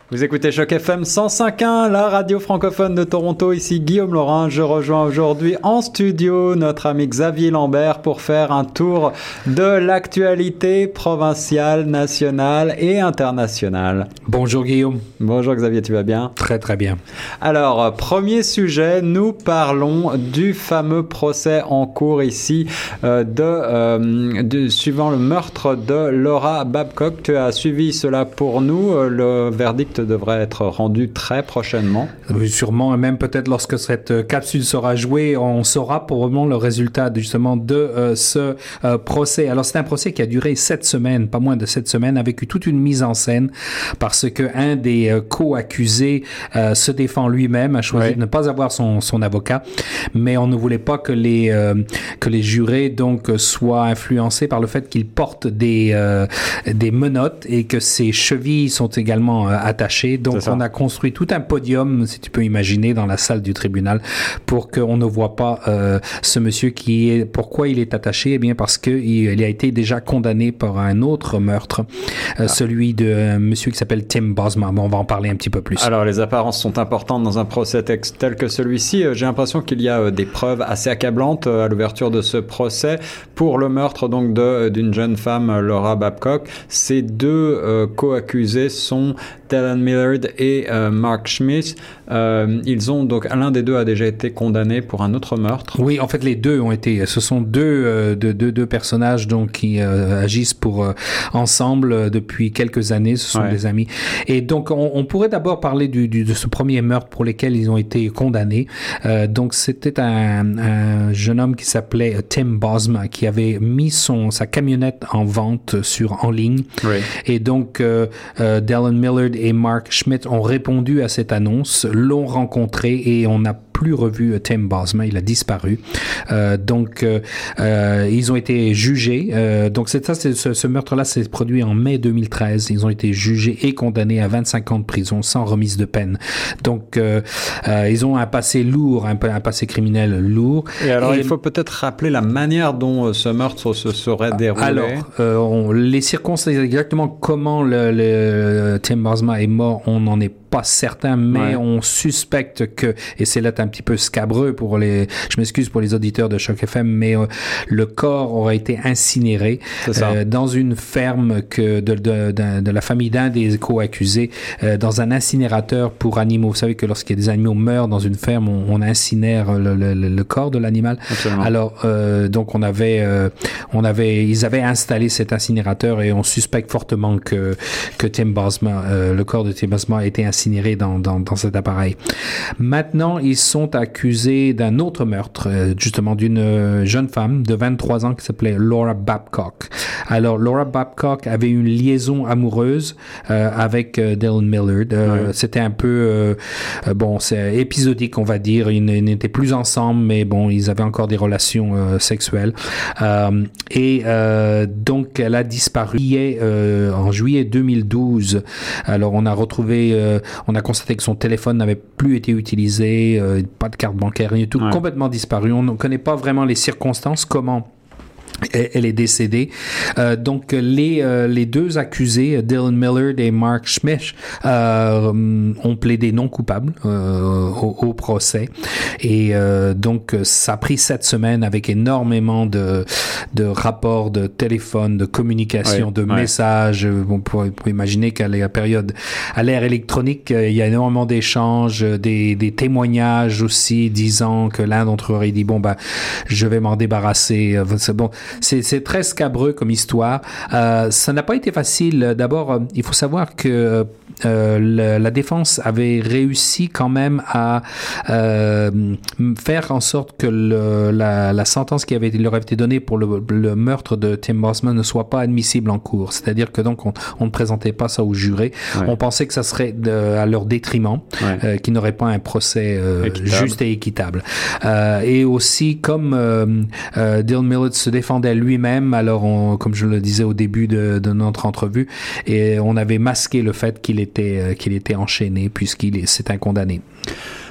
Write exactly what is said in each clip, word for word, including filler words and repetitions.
Vous écoutez Choc F M cent cinq point un, la radio francophone de Toronto. Ici Guillaume Laurin. Je rejoins aujourd'hui en studio notre ami Xavier Lambert pour faire un tour de l'actualité provinciale, nationale et internationale. Bonjour Guillaume. Bonjour Xavier, tu vas bien? Très très bien. Alors, premier sujet, nous parlons du fameux procès en cours ici euh, de, euh, de, suivant le meurtre de Laura Babcock. Tu as suivi cela pour nous. Le verdict devrait être rendu très prochainement. Oui, sûrement, et même peut-être lorsque cette capsule sera jouée, on saura probablement le résultat justement de euh, ce euh, procès. Alors c'est un procès qui a duré sept semaines, pas moins de sept semaines, avec toute une mise en scène, parce que un des euh, co-accusés euh, se défend lui-même, a choisi ouais. de ne pas avoir son, son avocat, mais on ne voulait pas que les euh, que les jurés donc soient influencés par le fait qu'il porte des euh, des menottes et que ses chevilles sont également euh, attachées. Donc, on a construit tout un podium, si tu peux imaginer, dans la salle du tribunal pour qu'on ne voit pas euh, ce monsieur qui est... Pourquoi il est attaché? Eh bien, parce qu'il il a été déjà condamné pour un autre meurtre, euh, ah. celui de un monsieur qui s'appelle Tim Bosma. Bon, on va en parler un petit peu plus. Alors, les apparences sont importantes dans un procès tel que celui-ci. J'ai l'impression qu'il y a des preuves assez accablantes à l'ouverture de ce procès pour le meurtre donc de, d'une jeune femme, Laura Babcock. Ces deux euh, co-accusés sont Dylan Millard et euh, Mark Schmidt. Euh, ils ont donc l'un des deux a déjà été condamné pour un autre meurtre. Oui, en fait les deux ont été. Ce sont deux euh, deux, deux deux personnages donc qui euh, agissent pour euh, ensemble euh, depuis quelques années. Ce sont ouais. des amis. Et donc on, on pourrait d'abord parler du, du de ce premier meurtre pour lequel ils ont été condamnés. Euh, donc c'était un, un jeune homme qui s'appelait Tim Bosma qui avait mis son sa camionnette en vente sur en ligne. Oui. Et donc euh, euh, Dylan Millard et Mark Schmidt ont répondu à cette annonce, l'ont rencontré et on n'a plus revu Tim Bosma, il a disparu. Euh, donc, euh, euh, ils ont été jugés. Euh, donc, c'est ça, c'est, ce, ce meurtre-là s'est produit en mai deux mille treize. Ils ont été jugés et condamnés à vingt-cinq ans de prison sans remise de peine. Donc, euh, euh, ils ont un passé lourd, un, un passé criminel lourd. Et alors, et, il faut peut-être rappeler la manière dont ce meurtre se serait déroulé. Alors, euh, on, les circonstances, exactement comment le, le Tim Bosma est mort, on n'en est pas certain, mais ouais. on suspecte que, et c'est là un petit peu scabreux pour les, je m'excuse pour les auditeurs de Choc F M, mais euh, le corps aurait été incinéré euh, dans une ferme que de, de, de, de la famille d'un des co-accusés, euh, dans un incinérateur pour animaux. Vous savez que lorsqu'il y a des animaux meurent dans une ferme, on, on incinère le, le, le corps de l'animal. Absolument. Alors, euh, donc on avait, euh, on avait, ils avaient installé cet incinérateur et on suspecte fortement que que Tim Bosma, euh, le corps de Tim Bosma a été incinéré dans dans, dans cet appareil. Maintenant, ils sont accusés d'un autre meurtre, euh, justement d'une jeune femme de vingt-trois ans qui s'appelait Laura Babcock. Alors, Laura Babcock avait une liaison amoureuse euh, avec euh, Dylan Millard. Euh, ouais. C'était un peu, euh, bon, c'est épisodique, on va dire. Ils n'étaient plus ensemble, mais bon, ils avaient encore des relations euh, sexuelles. Euh, et euh, donc, elle a disparu euh, en juillet deux mille douze. Alors, on a retrouvé, euh, on a constaté que son téléphone n'avait plus été utilisé, euh, pas de carte bancaire, rien du tout, ouais. complètement disparu. On ne connaît pas vraiment les circonstances, comment elle est décédée. Euh, donc, les, euh, les deux accusés, Dylan Millard et Mark Schmidt, euh, ont plaidé non coupables euh, au, au procès. Et euh, donc, ça a pris sept semaines avec énormément de, de rapports, de téléphones, de communication, ouais, de ouais. messages. On peut, peut imaginer qu'à la période, à l'ère électronique, il y a énormément d'échanges, des, des témoignages aussi disant que l'un d'entre eux aurait dit, bon, ben, je vais m'en débarrasser. C'est bon. C'est, c'est très scabreux comme histoire. Euh, ça n'a pas été facile. D'abord, euh, il faut savoir que euh, le, la défense avait réussi quand même à euh, faire en sorte que le, la, la sentence qui avait, leur avait été donnée pour le, le meurtre de Tim Bosma ne soit pas admissible en cours. C'est-à-dire que donc on, on ne présentait pas ça aux jurés. Ouais. On pensait que ça serait de, à leur détriment, ouais. euh, qu'ils n'auraient pas un procès euh, juste et équitable. Euh, et aussi, comme euh, euh, Dylan Millard se défendait lui-même, alors on, comme je le disais au début de, de notre entrevue, et on avait masqué le fait qu'il était, euh, qu'il était enchaîné puisqu'il est, c'est un condamné.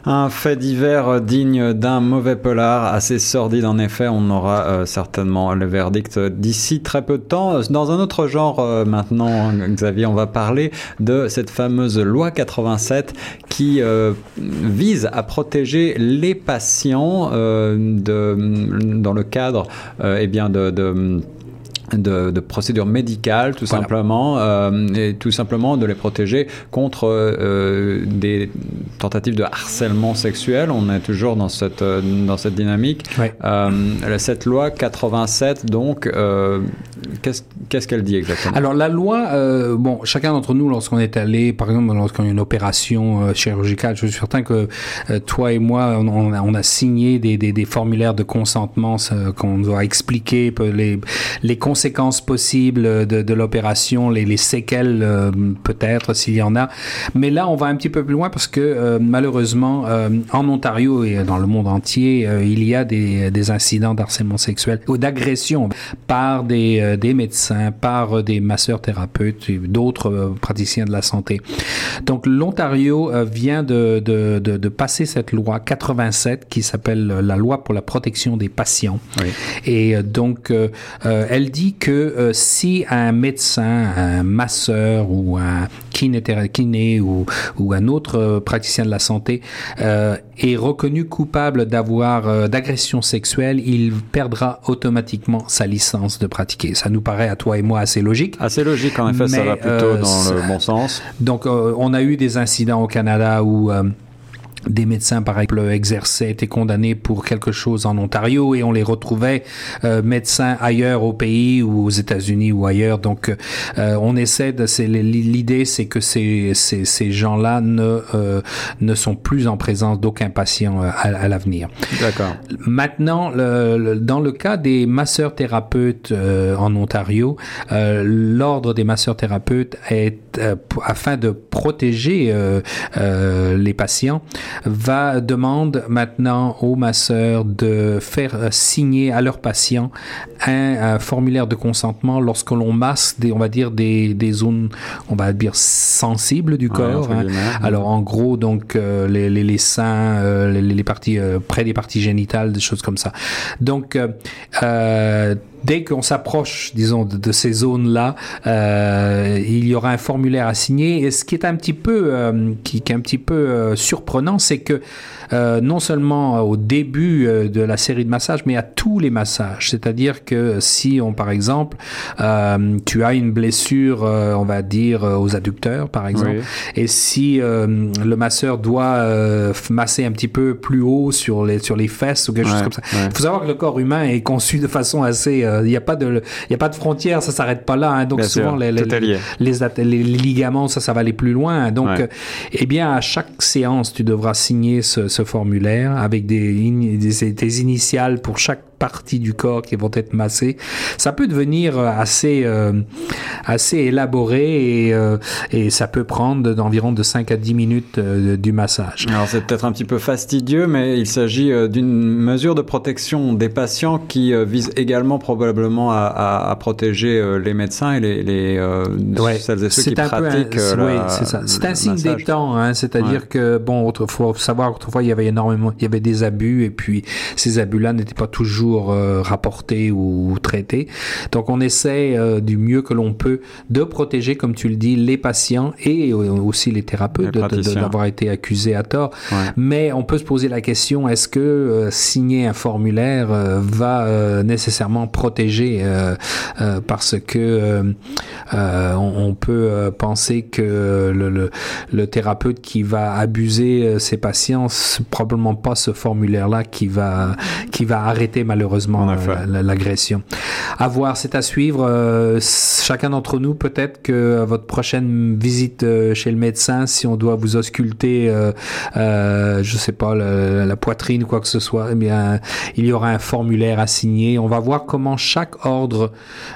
Un fait divers digne d'un mauvais polar, assez sordide en effet. On aura euh, certainement le verdict d'ici très peu de temps. Dans un autre genre euh, maintenant, Xavier, on va parler de cette fameuse loi quatre-vingt-sept qui euh, vise à protéger les patients euh, de, dans le cadre euh, eh bien de, de De, de procédures médicales, tout voilà. simplement, euh, et tout simplement de les protéger contre euh, des tentatives de harcèlement sexuel. On est toujours dans cette euh, dans cette dynamique. Ouais. Euh, cette loi quatre-vingt-sept, donc, euh, qu'est-ce qu'est-ce qu'elle dit exactement? Alors la loi, euh, bon, chacun d'entre nous, lorsqu'on est allé, par exemple, lorsqu'on a une opération euh, chirurgicale, je suis certain que euh, toi et moi, on, on, a, on a signé des, des, des formulaires de consentement euh, qu'on doit expliquer les les conséquences possibles de, de l'opération, les, les séquelles euh, peut-être s'il y en a. Mais là, on va un petit peu plus loin parce que euh, malheureusement, euh, en Ontario et dans le monde entier, euh, il y a des, des incidents d'harcèlement sexuel ou d'agression par des, euh, des médecins, par des masseurs thérapeutes et d'autres euh, praticiens de la santé. Donc l'Ontario euh, vient de, de, de, de passer cette loi quatre-vingt-sept qui s'appelle la loi pour la protection des patients. Oui. Et euh, donc, euh, euh, elle dit que euh, si un médecin, un masseur ou un kiné, kiné ou, ou un autre euh, praticien de la santé euh, est reconnu coupable d'avoir euh, d'agression sexuelle, il perdra automatiquement sa licence de pratiquer. Ça nous paraît à toi et moi assez logique. Assez logique, en effet, mais, ça va plutôt euh, dans le bon sens. Donc, euh, on a eu des incidents au Canada où euh, des médecins, par exemple, exerçaient, étaient condamnés pour quelque chose en Ontario et on les retrouvait euh, médecins ailleurs au pays ou aux États-Unis ou ailleurs. Donc, euh, on essaie de. C'est, l'idée, c'est que ces ces, ces gens-là ne euh, ne sont plus en présence d'aucun patient à, à l'avenir. D'accord. Maintenant, le, le, dans le cas des masseurs thérapeutes euh, en Ontario, euh, l'ordre des masseurs thérapeutes est euh, afin de protéger euh, euh, les patients. Va demande maintenant aux masseurs de faire signer à leurs patients un, un formulaire de consentement lorsque l'on masse des, on va dire des, des zones, on va dire sensibles du corps. Ouais, hein. Alors en gros donc euh, les, les, les seins, euh, les, les parties euh, près des parties génitales, des choses comme ça. Donc euh, euh, dès qu'on s'approche, disons, de, de ces zones-là, euh, il y aura un formulaire à signer. Et ce qui est un petit peu, euh, qui, qui est un petit peu euh, surprenant, c'est que euh, non seulement au début euh, de la série de massages, mais à tous les massages. C'est-à-dire que si on, par exemple, euh, tu as une blessure, euh, on va dire aux adducteurs, par exemple, oui. Et si euh, le masseur doit euh, masser un petit peu plus haut sur les sur les fesses ou quelque ouais, chose comme ça, il ouais. faut savoir que le corps humain est conçu de façon assez euh, il n'y a pas de, il y a pas de frontières, ça s'arrête pas là. Hein. Donc bien souvent sûr, les, les, les, les, les ligaments, ça, ça va aller plus loin. Donc, ouais. euh, eh bien, à chaque séance, tu devras signer ce, ce formulaire avec des, des, des initiales pour chaque parties du corps qui vont être massées. Ça peut devenir assez euh, assez élaboré et euh, et ça peut prendre d'environ de cinq à dix minutes euh, du massage. Alors c'est peut-être un petit peu fastidieux, mais il s'agit euh, d'une mesure de protection des patients qui euh, vise également probablement à, à, à protéger euh, les médecins et les, les euh, ouais. celles et ceux c'est qui pratiquent. Un, la, oui, c'est ça. C'est un signe massage. Des temps, hein, c'est-à-dire ouais. que bon, autrefois, faut savoir autrefois il y avait énormément, il y avait des abus et puis ces abus-là n'étaient pas toujours Euh, rapportés ou traités. Donc on essaie euh, du mieux que l'on peut de protéger, comme tu le dis, les patients et euh, aussi les thérapeutes les de, de, d'avoir été accusés à tort. Ouais. Mais on peut se poser la question, est-ce que euh, signer un formulaire euh, va euh, nécessairement protéger euh, euh, parce que euh, euh, on, on peut euh, penser que le, le, le thérapeute qui va abuser euh, ses patients, c'est probablement pas ce formulaire-là qui va qui va arrêter malheureusement euh, l'agression. À voir, c'est à suivre. Euh, chacun d'entre nous, peut-être que à votre prochaine visite euh, chez le médecin, si on doit vous ausculter, euh, euh, je sais pas, la, la poitrine ou quoi que ce soit, eh bien, il y aura un formulaire à signer. On va voir comment chaque ordre,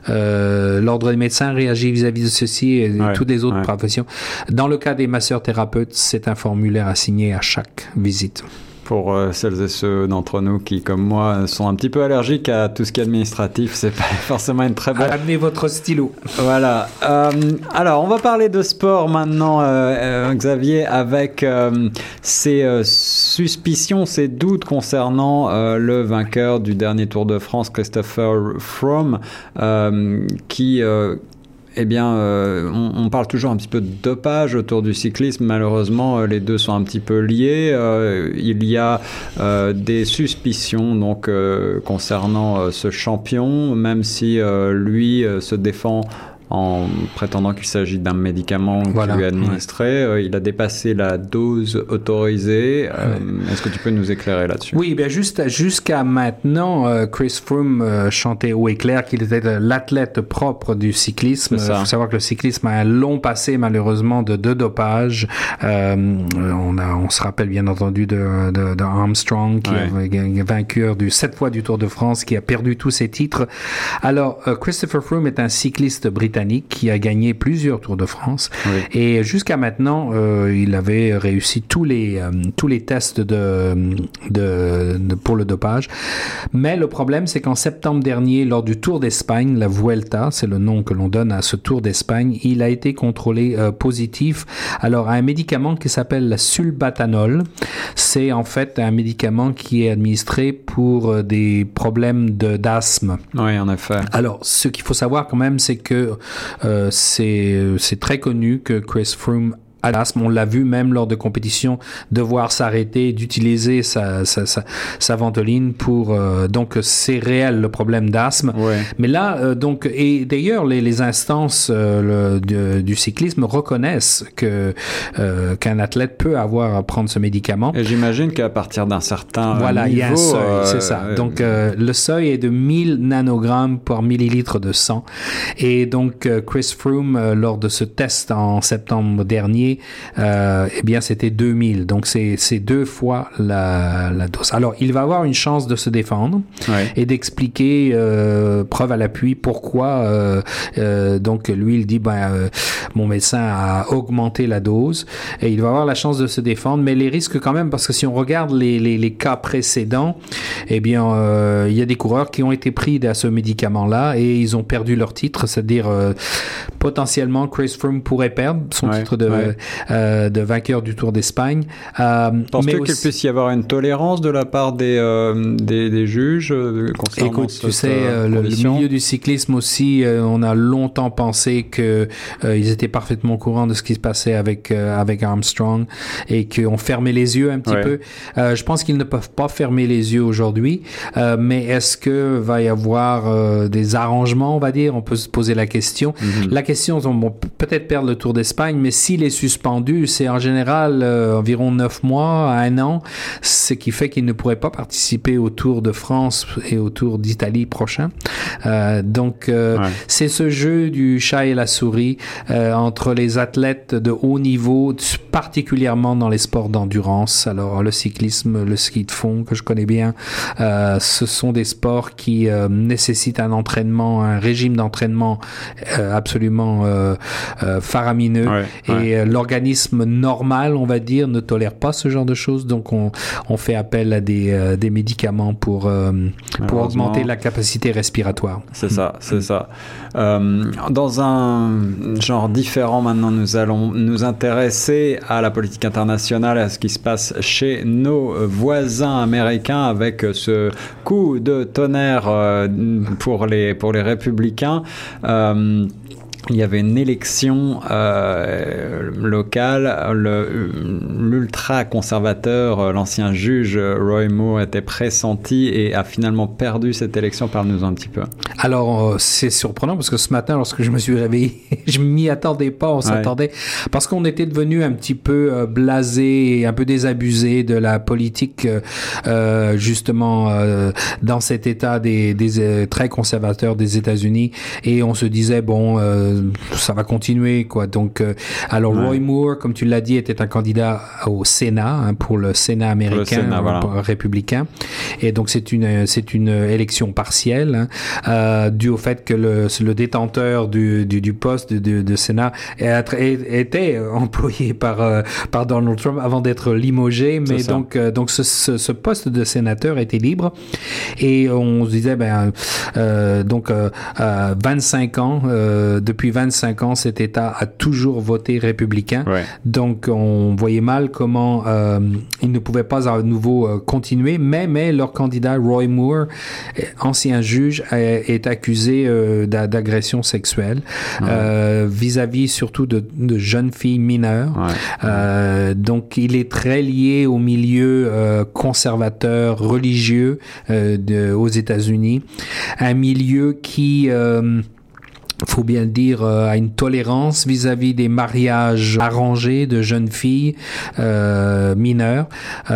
euh, l'ordre des médecins réagit vis-à-vis de ceci et ouais, toutes les autres ouais. professions. Dans le cas des masseurs thérapeutes, c'est un formulaire à signer à chaque visite. Pour euh, celles et ceux d'entre nous qui, comme moi, sont un petit peu allergiques à tout ce qui est administratif, c'est pas forcément une très bonne... Amenez votre stylo. Voilà. Euh, alors, on va parler de sport maintenant, euh, euh, Xavier, avec euh, ces euh, suspicions, ces doutes concernant euh, le vainqueur du dernier Tour de France, Christopher Froome, euh, qui... Euh, Eh bien, euh, on, on parle toujours un petit peu de dopage autour du cyclisme. Malheureusement, euh, les deux sont un petit peu liés. Euh, il y a euh, des suspicions donc euh, concernant euh, ce champion, même si euh, lui euh, se défend en prétendant qu'il s'agit d'un médicament voilà, qui lui est administré. Ouais. Euh, il a dépassé la dose autorisée. Euh, ouais. Est-ce que tu peux nous éclairer là-dessus? Oui, bien juste, jusqu'à maintenant, euh, Chris Froome euh, chantait haut et clair qu'il était l'athlète propre du cyclisme. Il faut savoir que le cyclisme a un long passé, malheureusement, de, de dopage. Euh, on, a, on se rappelle bien entendu de, de, de Armstrong, qui ouais. est vainqueur du sept fois du Tour de France, qui a perdu tous ses titres. Alors, euh, Christopher Froome est un cycliste britannique qui a gagné plusieurs Tours de France oui. et jusqu'à maintenant euh, il avait réussi tous les euh, tous les tests de, de, de pour le dopage, mais le problème c'est qu'en septembre dernier, lors du Tour d'Espagne, la Vuelta, c'est le nom que l'on donne à ce Tour d'Espagne, il a été contrôlé euh, positif alors à un médicament qui s'appelle la sulbatanol. C'est en fait un médicament qui est administré pour euh, des problèmes de, d'asthme. Oui, en effet. Alors ce qu'il faut savoir quand même, c'est que Euh, c'est, c'est très connu que Chris Froome a l'asthme. On l'a vu même lors de compétitions devoir s'arrêter, d'utiliser sa, sa, sa, sa ventoline pour... Euh, donc, c'est réel le problème d'asthme. Ouais. Mais là, euh, donc... Et d'ailleurs, les, les instances euh, le, de, du cyclisme reconnaissent que, euh, qu'un athlète peut avoir à prendre ce médicament. Et j'imagine qu'à partir d'un certain voilà, niveau... Voilà, il y a un seuil, euh, c'est ça. Euh, donc, euh, le seuil est de mille nanogrammes par millilitre de sang. Et donc, euh, Chris Froome, euh, lors de ce test en septembre dernier, Euh, eh bien c'était deux mille, donc c'est, c'est deux fois la, la dose. Alors il va avoir une chance de se défendre ouais. et d'expliquer euh, preuve à l'appui pourquoi euh, euh, donc lui il dit ben euh, mon médecin a augmenté la dose et il va avoir la chance de se défendre, mais les risques quand même, parce que si on regarde les, les, les cas précédents, eh bien euh, il y a des coureurs qui ont été pris à ce médicament là et ils ont perdu leur titre, c'est-à-dire euh, potentiellement Chris Froome pourrait perdre son ouais, titre de ouais. Euh, de vainqueur du Tour d'Espagne. Euh, Penses-tu qu'il aussi... puisse y avoir une tolérance de la part des, euh, des, des juges euh, concernant Écoute, cette, tu sais, euh, le, le milieu du cyclisme aussi, euh, on a longtemps pensé que euh, ils étaient parfaitement au courant de ce qui se passait avec euh, avec Armstrong et qu'on fermait les yeux un petit ouais. peu. Euh, je pense qu'ils ne peuvent pas fermer les yeux aujourd'hui, euh, mais est-ce que va y avoir euh, des arrangements, on va dire? On peut se poser la question. Mm-hmm. La question, on va peut-être perdre le Tour d'Espagne, mais s'il est suspendu, c'est en général euh, environ neuf mois à un an, ce qui fait qu'il ne pourrait pas participer au Tour de France et au Tour d'Italie prochain. Euh, donc, euh, ouais. c'est ce jeu du chat et la souris euh, entre les athlètes de haut niveau, particulièrement dans les sports d'endurance. Alors, le cyclisme, le ski de fond, que je connais bien, euh, ce sont des sports qui euh, nécessitent un entraînement, un régime d'entraînement euh, absolument euh, euh, faramineux. Ouais, et ouais. Euh, l'organisme normal, on va dire, ne tolère pas ce genre de choses. Donc, on, on fait appel à des, euh, des médicaments pour, euh, pour augmenter la capacité respiratoire. C'est ça, c'est ça. Euh, dans un genre différent, maintenant, nous allons nous intéresser à la politique internationale, à ce qui se passe chez nos voisins américains avec ce coup de tonnerre euh, pour les, pour les républicains. Euh, Il y avait une élection euh, locale, le, l'ultra-conservateur, l'ancien juge Roy Moore était pressenti et a finalement perdu cette élection. Parle-nous un petit peu. Alors, euh, c'est surprenant parce que ce matin, lorsque je me suis réveillé, je m'y attendais pas, on s'attendait, ouais. parce qu'on était devenu un petit peu euh, blasé et un peu désabusé de la politique, euh, justement, euh, dans cet état des, des euh, très conservateurs des États-Unis, et on se disait, bon, euh, ça va continuer, quoi. Donc, euh, alors ouais. Roy Moore, comme tu l'as dit, était un candidat au Sénat, hein, pour le Sénat américain, le Sénat, voilà. républicain. Et donc, c'est une, c'est une élection partielle, hein, euh, due au fait que le, le détenteur du, du, du poste de, de, de Sénat était employé par, euh, par Donald Trump avant d'être limogé. Mais donc, euh, donc ce, ce, ce poste de sénateur était libre. Et on se disait, ben, euh, donc, euh, euh, vingt-cinq ans, euh, depuis vingt-cinq ans, cet État a toujours voté républicain. Ouais. Donc, on voyait mal comment euh, ils ne pouvaient pas à nouveau euh, continuer. Mais, mais leur candidat, Roy Moore, ancien juge, est, est accusé euh, d'agression sexuelle ouais. euh, vis-à-vis surtout de, de jeunes filles mineures. Ouais. Euh, donc, il est très lié au milieu euh, conservateur, religieux euh, de, aux États-Unis. Un milieu qui... Euh, faut bien le dire, euh, a une tolérance vis-à-vis des mariages arrangés de jeunes filles euh, mineures.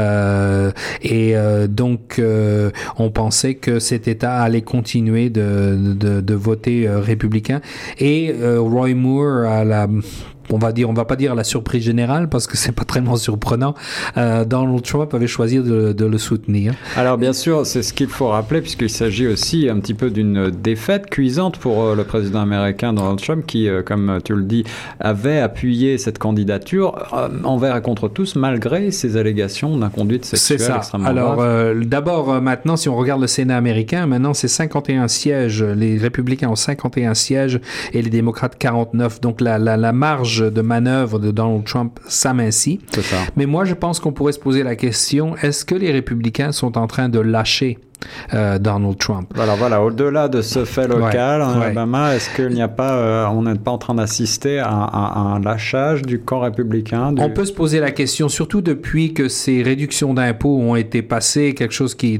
Euh, et euh, donc, euh, on pensait que cet État allait continuer de, de, de voter euh, républicain. Et euh, Roy Moore a la... on va dire, on va pas dire la surprise générale parce que c'est pas tellement surprenant. Euh, Donald Trump avait choisi de, de le soutenir. Alors bien sûr, c'est ce qu'il faut rappeler puisqu'il s'agit aussi un petit peu d'une défaite cuisante pour euh, le président américain Donald Trump qui, euh, comme tu le dis, avait appuyé cette candidature euh, envers et contre tous malgré ses allégations d'inconduite sexuelle c'est ça. extrêmement Alors grave. Euh, d'abord, euh, maintenant, si on regarde le Sénat américain, maintenant c'est cinquante et un sièges. Les républicains ont cinquante et un sièges et les démocrates quarante-neuf. Donc la, la, la marge de manœuvre de Donald Trump s'amincit. C'est ça. Mais moi, je pense qu'on pourrait se poser la question, est-ce que les républicains sont en train de lâcher Euh, Donald Trump. Voilà, voilà. Au-delà de ce fait local, ouais, en ouais. Alabama, est-ce qu'il n'y a pas, euh, on n'est pas en train d'assister à, à, à un lâchage du camp républicain du... On peut se poser la question, surtout depuis que ces réductions d'impôts ont été passées, quelque chose qui,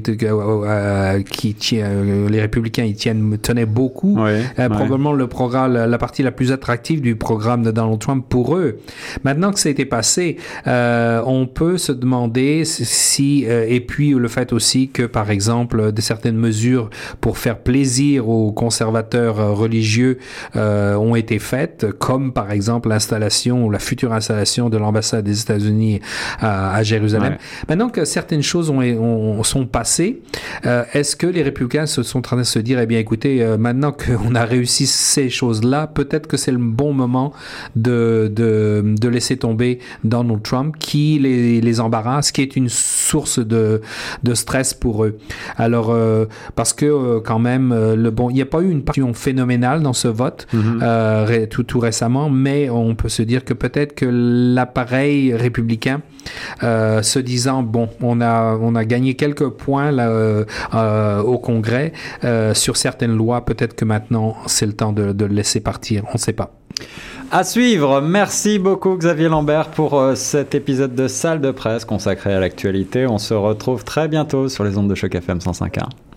euh, qui tient, euh, les républicains y tiennent, tenaient beaucoup. Ouais, euh, ouais. Probablement le programme, la partie la plus attractive du programme de Donald Trump pour eux. Maintenant que ça a été passé, euh, on peut se demander si, euh, et puis le fait aussi que, par exemple, de certaines mesures pour faire plaisir aux conservateurs religieux euh, ont été faites, comme par exemple l'installation ou la future installation de l'ambassade des États-Unis à, à Jérusalem. Ouais. Maintenant que certaines choses ont, ont, sont passées, euh, est-ce que les républicains se sont en train de se dire, eh bien écoutez, euh, maintenant qu'on a réussi ces choses-là, peut-être que c'est le bon moment de, de, de laisser tomber Donald Trump qui les, les embarrasse, qui est une source de, de stress pour eux. Alors, euh, parce que euh, quand même, euh, le bon, il n'y a pas eu une partition phénoménale dans ce vote mm-hmm. euh, ré, tout, tout récemment, mais on peut se dire que peut-être que l'appareil républicain, euh, se disant bon, on a on a gagné quelques points là euh, euh, au Congrès euh, sur certaines lois, peut-être que maintenant c'est le temps de, de le laisser partir. On ne sait pas. À suivre. Merci beaucoup Xavier Lambert pour euh, cet épisode de Salle de presse consacré à l'actualité. On se retrouve très bientôt sur les ondes de Choc F M cent cinq point un.